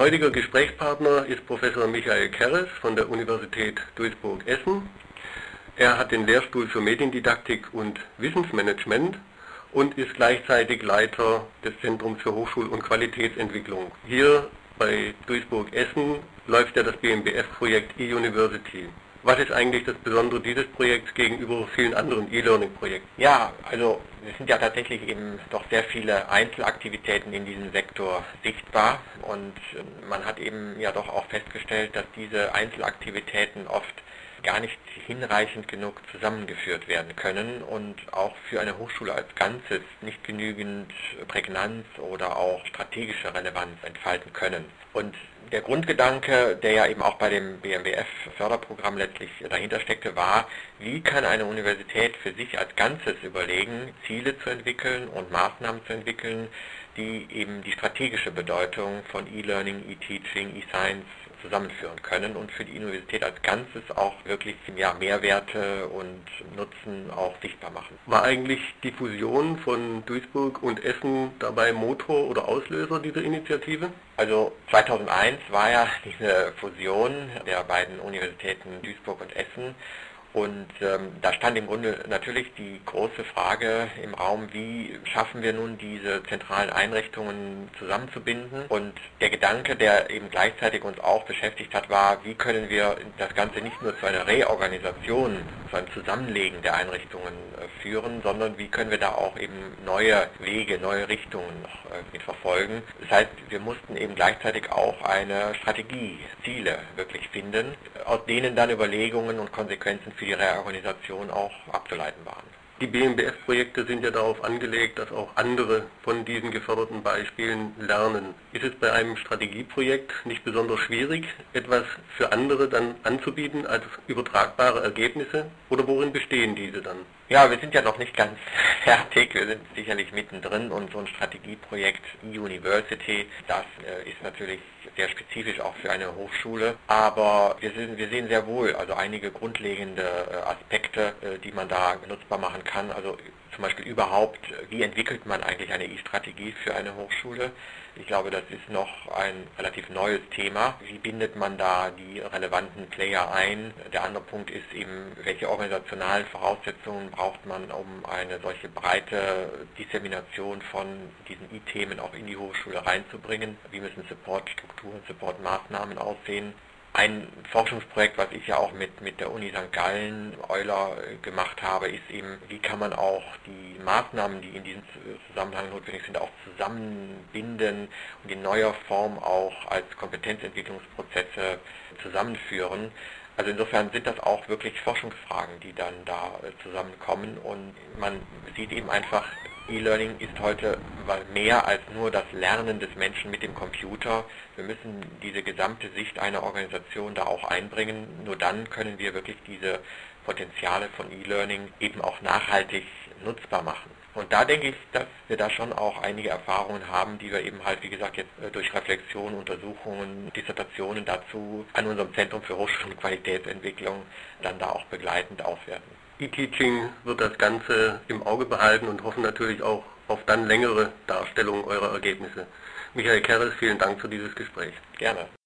heutiger Gesprächspartner ist Professor Michael Kerres von der Universität Duisburg-Essen. Er hat den Lehrstuhl für Mediendidaktik und Wissensmanagement und ist gleichzeitig Leiter des Zentrums für Hochschul- und Qualitätsentwicklung. Hier bei Duisburg-Essen läuft ja das BMBF-Projekt eUniversity. Was ist eigentlich das Besondere dieses Projekts gegenüber vielen anderen E-Learning-Projekten? Ja, also es sind ja tatsächlich eben doch sehr viele Einzelaktivitäten in diesem Sektor sichtbar und man hat eben ja doch auch festgestellt, dass diese Einzelaktivitäten oft gar nicht hinreichend genug zusammengeführt werden können und auch für eine Hochschule als Ganzes nicht genügend Prägnanz oder auch strategische Relevanz entfalten können. Und der Grundgedanke, der ja eben auch bei dem BMBF-Förderprogramm letztlich dahinter steckte, war, wie kann eine Universität für sich als Ganzes überlegen, Ziele zu entwickeln und Maßnahmen zu entwickeln, die eben die strategische Bedeutung von E-Learning, E-Teaching, E-Science zusammenführen können und für die Universität als Ganzes auch wirklich Mehrwerte und Nutzen auch sichtbar machen. War eigentlich die Fusion von Duisburg und Essen dabei Motor oder Auslöser dieser Initiative? Also 2001 war ja diese Fusion der beiden Universitäten Duisburg und Essen. Und da stand im Grunde natürlich die große Frage im Raum, wie schaffen wir nun diese zentralen Einrichtungen zusammenzubinden? Und der Gedanke, der eben gleichzeitig uns auch beschäftigt hat, war, wie können wir das Ganze nicht nur zu einer Reorganisation, zu einem Zusammenlegen der Einrichtungen führen, sondern wie können wir da auch eben neue Wege, neue Richtungen noch mit verfolgen. Das heißt, wir mussten eben gleichzeitig auch eine Strategie, Ziele wirklich finden, aus denen dann Überlegungen und Konsequenzen für die Reorganisation auch abzuleiten waren. Die BMBF-Projekte sind ja darauf angelegt, dass auch andere von diesen geförderten Beispielen lernen. Ist es bei einem Strategieprojekt nicht besonders schwierig, etwas für andere dann anzubieten als übertragbare Ergebnisse? Oder worin bestehen diese dann? Ja, wir sind ja noch nicht ganz fertig, wir sind sicherlich mittendrin und so ein Strategieprojekt eUniversity, das ist natürlich sehr spezifisch auch für eine Hochschule, aber wir sehen sehr wohl also einige grundlegende Aspekte, die man da nutzbar machen kann, also zum Beispiel überhaupt, wie entwickelt man eigentlich eine E-Strategie für eine Hochschule? Ich glaube, das ist noch ein relativ neues Thema. Wie bindet man da die relevanten Player ein? Der andere Punkt ist eben, welche organisationalen Voraussetzungen braucht man, um eine solche breite Dissemination von diesen E-Themen auch in die Hochschule reinzubringen? Wie müssen Supportstrukturen, Supportmaßnahmen aussehen? Ein Forschungsprojekt, was ich ja auch mit der Uni St. Gallen, Euler gemacht habe, ist eben, wie kann man auch die Maßnahmen, die in diesem Zusammenhang notwendig sind, auch zusammenbinden und in neuer Form auch als Kompetenzentwicklungsprozesse zusammenführen. Also insofern sind das auch wirklich Forschungsfragen, die dann da zusammenkommen und man sieht eben einfach, E-Learning ist heute mehr als nur das Lernen des Menschen mit dem Computer. Wir müssen diese gesamte Sicht einer Organisation da auch einbringen. Nur dann können wir wirklich diese Potenziale von E-Learning eben auch nachhaltig nutzbar machen. Und da denke ich, dass wir da schon auch einige Erfahrungen haben, die wir eben halt, wie gesagt, jetzt durch Reflexion, Untersuchungen, Dissertationen dazu an unserem Zentrum für Hochschul- und Qualitätsentwicklung dann da auch begleitend auswerten. E-Teaching wird das Ganze im Auge behalten und hoffen natürlich auch auf dann längere Darstellung eurer Ergebnisse. Michael Kerres, vielen Dank für dieses Gespräch. Gerne.